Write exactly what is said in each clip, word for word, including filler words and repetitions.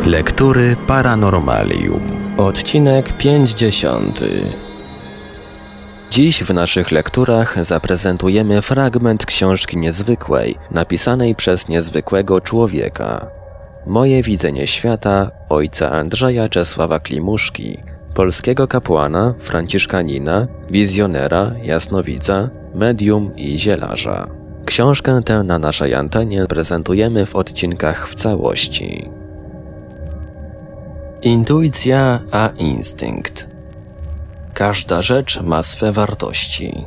Lektury Paranormalium. Odcinek pięćdziesiąty. Dziś w naszych lekturach zaprezentujemy fragment książki niezwykłej, napisanej przez niezwykłego człowieka. Moje widzenie świata ojca Andrzeja Czesława Klimuszki, polskiego kapłana, franciszkanina, wizjonera, jasnowidza, medium i zielarza. Książkę tę na naszej antenie prezentujemy w odcinkach w całości. Intuicja a instynkt. Każda rzecz ma swe wartości.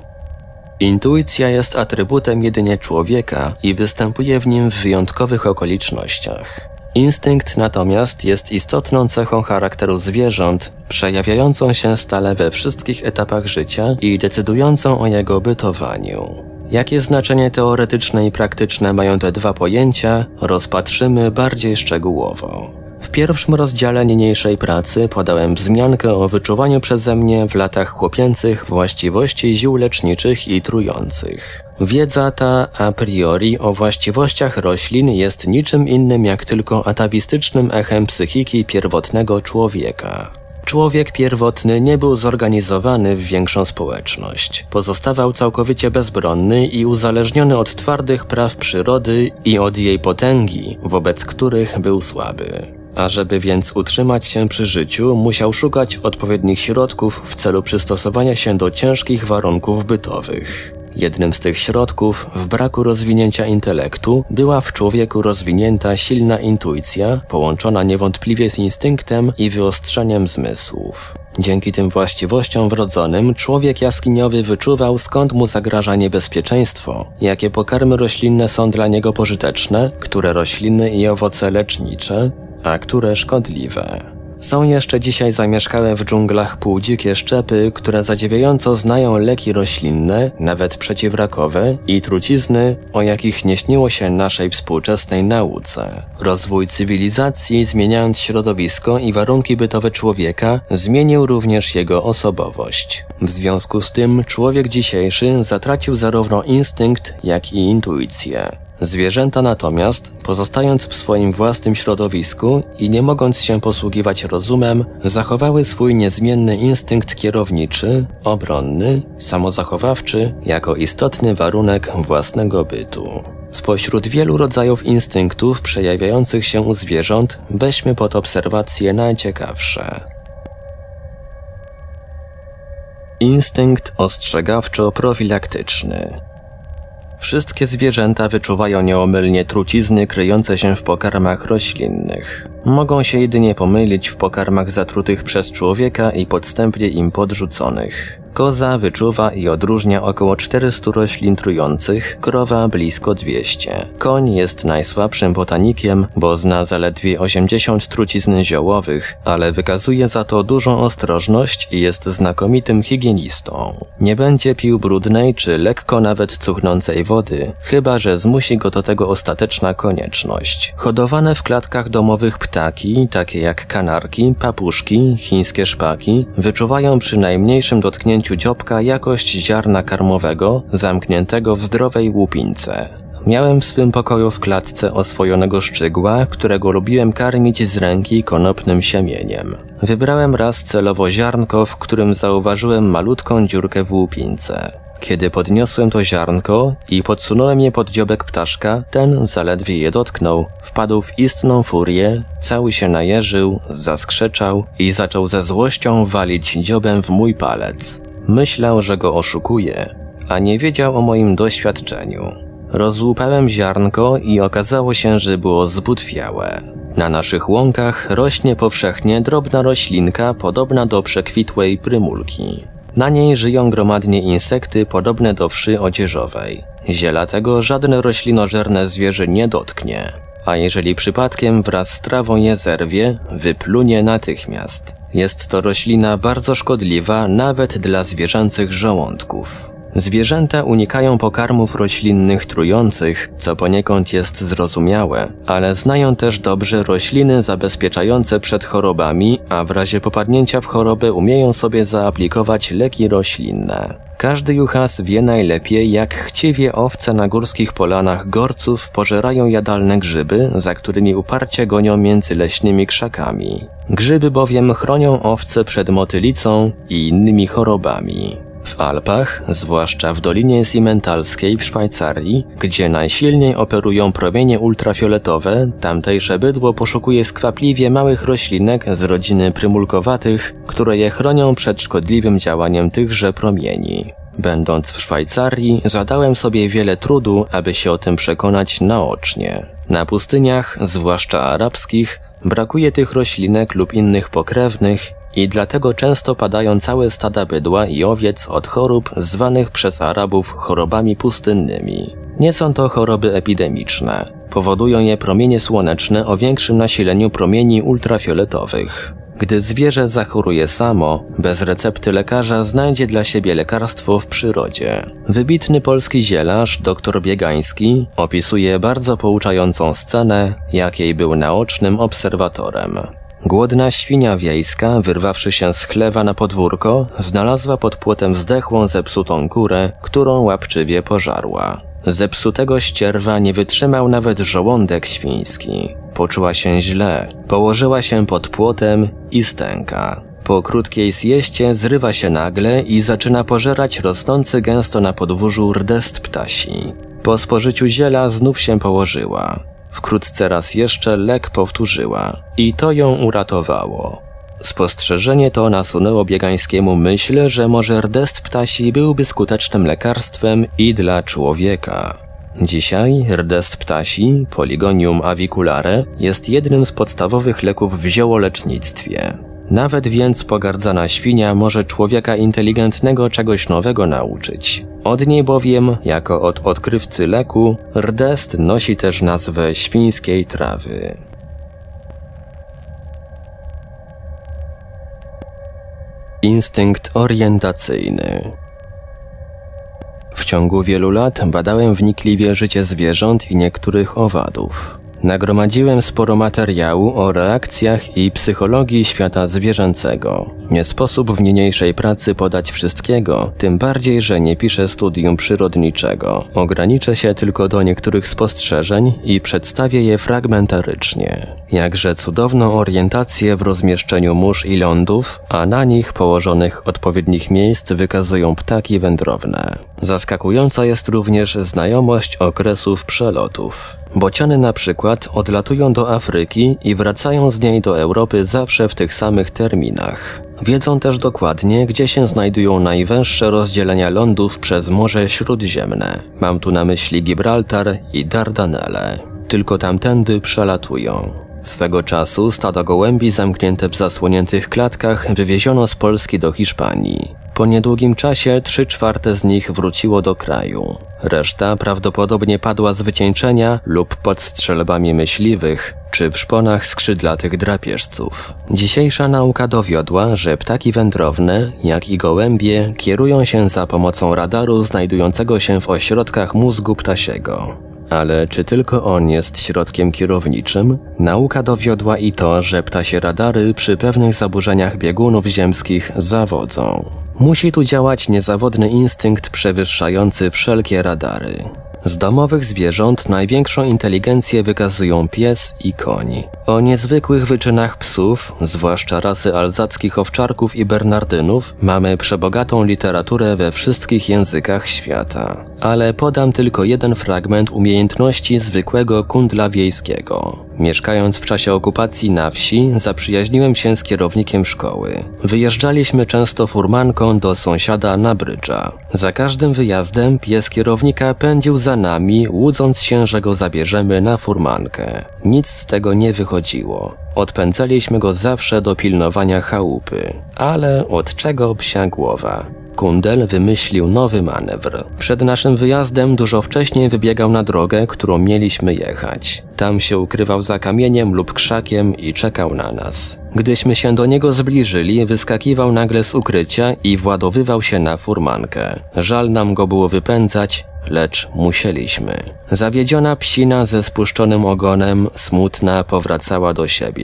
Intuicja jest atrybutem jedynie człowieka i występuje w nim w wyjątkowych okolicznościach. Instynkt natomiast jest istotną cechą charakteru zwierząt, przejawiającą się stale we wszystkich etapach życia i decydującą o jego bytowaniu. Jakie znaczenie teoretyczne i praktyczne mają te dwa pojęcia, rozpatrzymy bardziej szczegółowo. W pierwszym rozdziale niniejszej pracy podałem wzmiankę o wyczuwaniu przeze mnie w latach chłopięcych właściwości ziół leczniczych i trujących. Wiedza ta a priori o właściwościach roślin jest niczym innym jak tylko atawistycznym echem psychiki pierwotnego człowieka. Człowiek pierwotny nie był zorganizowany w większą społeczność. Pozostawał całkowicie bezbronny i uzależniony od twardych praw przyrody i od jej potęgi, wobec których był słaby. Ażeby więc utrzymać się przy życiu, musiał szukać odpowiednich środków w celu przystosowania się do ciężkich warunków bytowych. Jednym z tych środków, w braku rozwinięcia intelektu, była w człowieku rozwinięta silna intuicja, połączona niewątpliwie z instynktem i wyostrzeniem zmysłów. Dzięki tym właściwościom wrodzonym człowiek jaskiniowy wyczuwał, skąd mu zagraża niebezpieczeństwo, jakie pokarmy roślinne są dla niego pożyteczne, które rośliny i owoce lecznicze, a które szkodliwe. Są jeszcze dzisiaj zamieszkałe w dżunglach półdzikie szczepy, które zadziwiająco znają leki roślinne, nawet przeciwrakowe i trucizny, o jakich nie śniło się naszej współczesnej nauce. Rozwój cywilizacji, zmieniając środowisko i warunki bytowe człowieka, zmienił również jego osobowość. W związku z tym człowiek dzisiejszy zatracił zarówno instynkt, jak i intuicję. Zwierzęta natomiast, pozostając w swoim własnym środowisku i nie mogąc się posługiwać rozumem, zachowały swój niezmienny instynkt kierowniczy, obronny, samozachowawczy, jako istotny warunek własnego bytu. Spośród wielu rodzajów instynktów przejawiających się u zwierząt, weźmy pod obserwację najciekawsze. Instynkt ostrzegawczo-profilaktyczny. Wszystkie zwierzęta wyczuwają nieomylnie trucizny kryjące się w pokarmach roślinnych. Mogą się jedynie pomylić w pokarmach zatrutych przez człowieka i podstępnie im podrzuconych. Koza wyczuwa i odróżnia około czterystu roślin trujących, krowa blisko dwieście. Koń jest najsłabszym botanikiem, bo zna zaledwie osiemdziesiąt trucizn ziołowych, ale wykazuje za to dużą ostrożność i jest znakomitym higienistą. Nie będzie pił brudnej czy lekko nawet cuchnącej wody, chyba że zmusi go do tego ostateczna konieczność. Hodowane w klatkach domowych ptaki, takie jak kanarki, papuszki, chińskie szpaki, wyczuwają przy najmniejszym dotknięciu dzióbka jakość ziarna karmowego zamkniętego w zdrowej łupince. Miałem w swym pokoju w klatce oswojonego szczygła, którego lubiłem karmić z ręki konopnym siemieniem. Wybrałem raz celowo ziarnko, w którym zauważyłem malutką dziurkę w łupince. Kiedy podniosłem to ziarnko i podsunąłem je pod dziobek ptaszka, ten zaledwie je dotknął, wpadł w istną furię, cały się najeżył, zaskrzeczał i zaczął ze złością walić dziobem w mój palec. Myślał, że go oszukuje, a nie wiedział o moim doświadczeniu. Rozłupałem ziarnko i okazało się, że było zbutwiałe. Na naszych łąkach rośnie powszechnie drobna roślinka podobna do przekwitłej prymulki. Na niej żyją gromadnie insekty podobne do wszy odzieżowej. Ziela tego żadne roślinożerne zwierzę nie dotknie, a jeżeli przypadkiem wraz z trawą je zerwie, wyplunie natychmiast. Jest to roślina bardzo szkodliwa nawet dla zwierzęcych żołądków. Zwierzęta unikają pokarmów roślinnych trujących, co poniekąd jest zrozumiałe, ale znają też dobrze rośliny zabezpieczające przed chorobami, a w razie popadnięcia w chorobę umieją sobie zaaplikować leki roślinne. Każdy juchas wie najlepiej, jak chciwie owce na górskich polanach gorców pożerają jadalne grzyby, za którymi uparcie gonią między leśnymi krzakami. Grzyby bowiem chronią owce przed motylicą i innymi chorobami. W Alpach, zwłaszcza w Dolinie Simmentalskiej w Szwajcarii, gdzie najsilniej operują promienie ultrafioletowe, tamtejsze bydło poszukuje skwapliwie małych roślinek z rodziny prymulkowatych, które je chronią przed szkodliwym działaniem tychże promieni. Będąc w Szwajcarii, zadałem sobie wiele trudu, aby się o tym przekonać naocznie. Na pustyniach, zwłaszcza arabskich, brakuje tych roślinek lub innych pokrewnych i dlatego często padają całe stada bydła i owiec od chorób zwanych przez Arabów chorobami pustynnymi. Nie są to choroby epidemiczne. Powodują je promienie słoneczne o większym nasileniu promieni ultrafioletowych. Gdy zwierzę zachoruje samo, bez recepty lekarza znajdzie dla siebie lekarstwo w przyrodzie. Wybitny polski zielarz dr Biegański opisuje bardzo pouczającą scenę, jakiej był naocznym obserwatorem. Głodna świnia wiejska, wyrwawszy się z chlewa na podwórko, znalazła pod płotem zdechłą, zepsutą kurę, którą łapczywie pożarła. Zepsutego ścierwa nie wytrzymał nawet żołądek świński. Poczuła się źle, położyła się pod płotem i stęka. Po krótkiej sieście zrywa się nagle i zaczyna pożerać rosnący gęsto na podwórzu rdest ptasi. Po spożyciu ziela znów się położyła. Wkrótce raz jeszcze lek powtórzyła i to ją uratowało. Spostrzeżenie to nasunęło Biegańskiemu myśl, że może rdest ptasi byłby skutecznym lekarstwem i dla człowieka. Dzisiaj rdest ptasi, Poligonium aviculare, jest jednym z podstawowych leków w ziołolecznictwie. Nawet więc pogardzana świnia może człowieka inteligentnego czegoś nowego nauczyć. Od niej bowiem, jako od odkrywcy leku, rdest nosi też nazwę świńskiej trawy. Instynkt orientacyjny. W ciągu wielu lat badałem wnikliwie życie zwierząt i niektórych owadów. Nagromadziłem sporo materiału o reakcjach i psychologii świata zwierzęcego. Nie sposób w niniejszej pracy podać wszystkiego, tym bardziej, że nie piszę studium przyrodniczego. Ograniczę się tylko do niektórych spostrzeżeń i przedstawię je fragmentarycznie. Jakże cudowną orientację w rozmieszczeniu mórz i lądów, a na nich położonych odpowiednich miejsc wykazują ptaki wędrowne. Zaskakująca jest również znajomość okresów przelotów. Bociany na przykład odlatują do Afryki i wracają z niej do Europy zawsze w tych samych terminach. Wiedzą też dokładnie, gdzie się znajdują najwęższe rozdzielenia lądów przez Morze Śródziemne. Mam tu na myśli Gibraltar i Dardanelle. Tylko tamtędy przelatują. Swego czasu stado gołębi zamknięte w zasłoniętych klatkach wywieziono z Polski do Hiszpanii. Po niedługim czasie trzy czwarte z nich wróciło do kraju. Reszta prawdopodobnie padła z wycieńczenia lub pod strzelbami myśliwych, czy w szponach skrzydlatych drapieżców. Dzisiejsza nauka dowiodła, że ptaki wędrowne, jak i gołębie, kierują się za pomocą radaru znajdującego się w ośrodkach mózgu ptasiego. Ale czy tylko on jest środkiem kierowniczym? Nauka dowiodła i to, że ptasie radary przy pewnych zaburzeniach biegunów ziemskich zawodzą. Musi tu działać niezawodny instynkt przewyższający wszelkie radary. Z domowych zwierząt największą inteligencję wykazują pies i koń. O niezwykłych wyczynach psów, zwłaszcza rasy alzackich owczarków i bernardynów, mamy przebogatą literaturę we wszystkich językach świata. Ale podam tylko jeden fragment umiejętności zwykłego kundla wiejskiego. Mieszkając w czasie okupacji na wsi, zaprzyjaźniłem się z kierownikiem szkoły. Wyjeżdżaliśmy często furmanką do sąsiada na brydża. Za każdym wyjazdem pies kierownika pędził za nami, łudząc się, że go zabierzemy na furmankę. Nic z tego nie wychodziło. Odpędzaliśmy go zawsze do pilnowania chałupy. Ale od czego psia głowa? Kundel wymyślił nowy manewr. Przed naszym wyjazdem dużo wcześniej wybiegał na drogę, którą mieliśmy jechać. Tam się ukrywał za kamieniem lub krzakiem i czekał na nas. Gdyśmy się do niego zbliżyli, wyskakiwał nagle z ukrycia i władowywał się na furmankę. Żal nam go było wypędzać, lecz musieliśmy. Zawiedziona psina ze spuszczonym ogonem, smutna, powracała do siebie.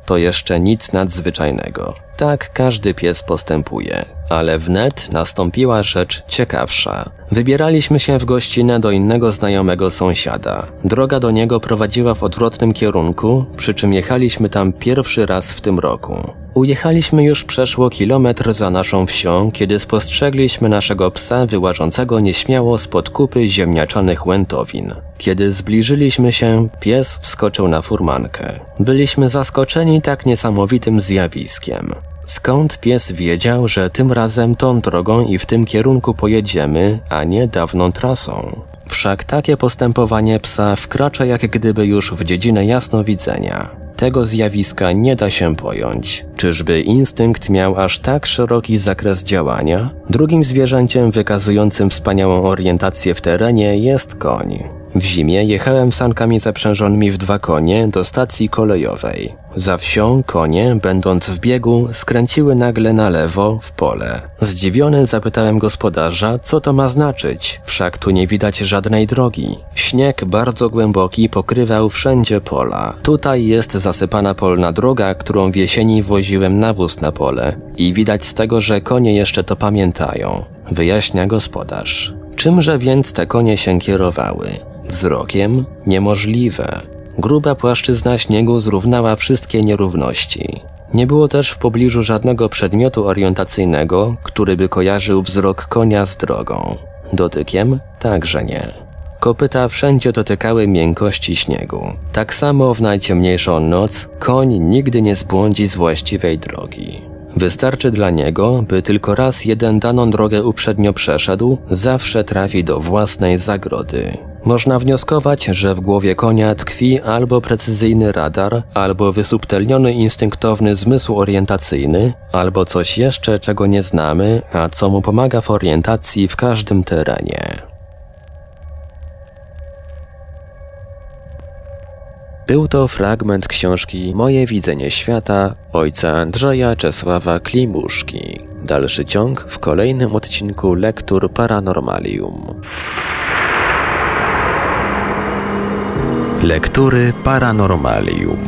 To jeszcze nic nadzwyczajnego. Tak każdy pies postępuje. Ale wnet nastąpiła rzecz ciekawsza. Wybieraliśmy się w gościnę do innego znajomego sąsiada. Droga do niego prowadziła w odwrotnym kierunku, przy czym jechaliśmy tam pierwszy raz w tym roku. Ujechaliśmy już przeszło kilometr za naszą wsią, kiedy spostrzegliśmy naszego psa wyłażącego nieśmiało spod kupy ziemniaczanych łętowin. Kiedy zbliżyliśmy się, pies wskoczył na furmankę. Byliśmy zaskoczeni tak niesamowitym zjawiskiem. Skąd pies wiedział, że tym razem tą drogą i w tym kierunku pojedziemy, a nie dawną trasą? Wszak takie postępowanie psa wkracza jak gdyby już w dziedzinę jasnowidzenia. Tego zjawiska nie da się pojąć. Czyżby instynkt miał aż tak szeroki zakres działania? Drugim zwierzęciem wykazującym wspaniałą orientację w terenie jest koń. W zimie jechałem sankami zaprzężonymi w dwa konie do stacji kolejowej. Za wsią konie, będąc w biegu, skręciły nagle na lewo w pole. Zdziwiony zapytałem gospodarza, co to ma znaczyć, wszak tu nie widać żadnej drogi. Śnieg bardzo głęboki pokrywał wszędzie pola. Tutaj jest zasypana polna droga, którą w jesieni woziłem nawóz na pole i widać z tego, że konie jeszcze to pamiętają, wyjaśnia gospodarz. Czymże więc te konie się kierowały? Wzrokiem? Niemożliwe. Gruba płaszczyzna śniegu zrównała wszystkie nierówności. Nie było też w pobliżu żadnego przedmiotu orientacyjnego, który by kojarzył wzrok konia z drogą. Dotykiem? Także nie. Kopyta wszędzie dotykały miękkości śniegu. Tak samo w najciemniejszą noc koń nigdy nie zbłądzi z właściwej drogi. Wystarczy dla niego, by tylko raz jeden daną drogę uprzednio przeszedł, zawsze trafi do własnej zagrody. Można wnioskować, że w głowie konia tkwi albo precyzyjny radar, albo wysubtelniony instynktowny zmysł orientacyjny, albo coś jeszcze, czego nie znamy, a co mu pomaga w orientacji w każdym terenie. Był to fragment książki Moje widzenie świata ojca Andrzeja Czesława Klimuszki. Dalszy ciąg w kolejnym odcinku Lektur Paranormalium. Lektury Paranormalium.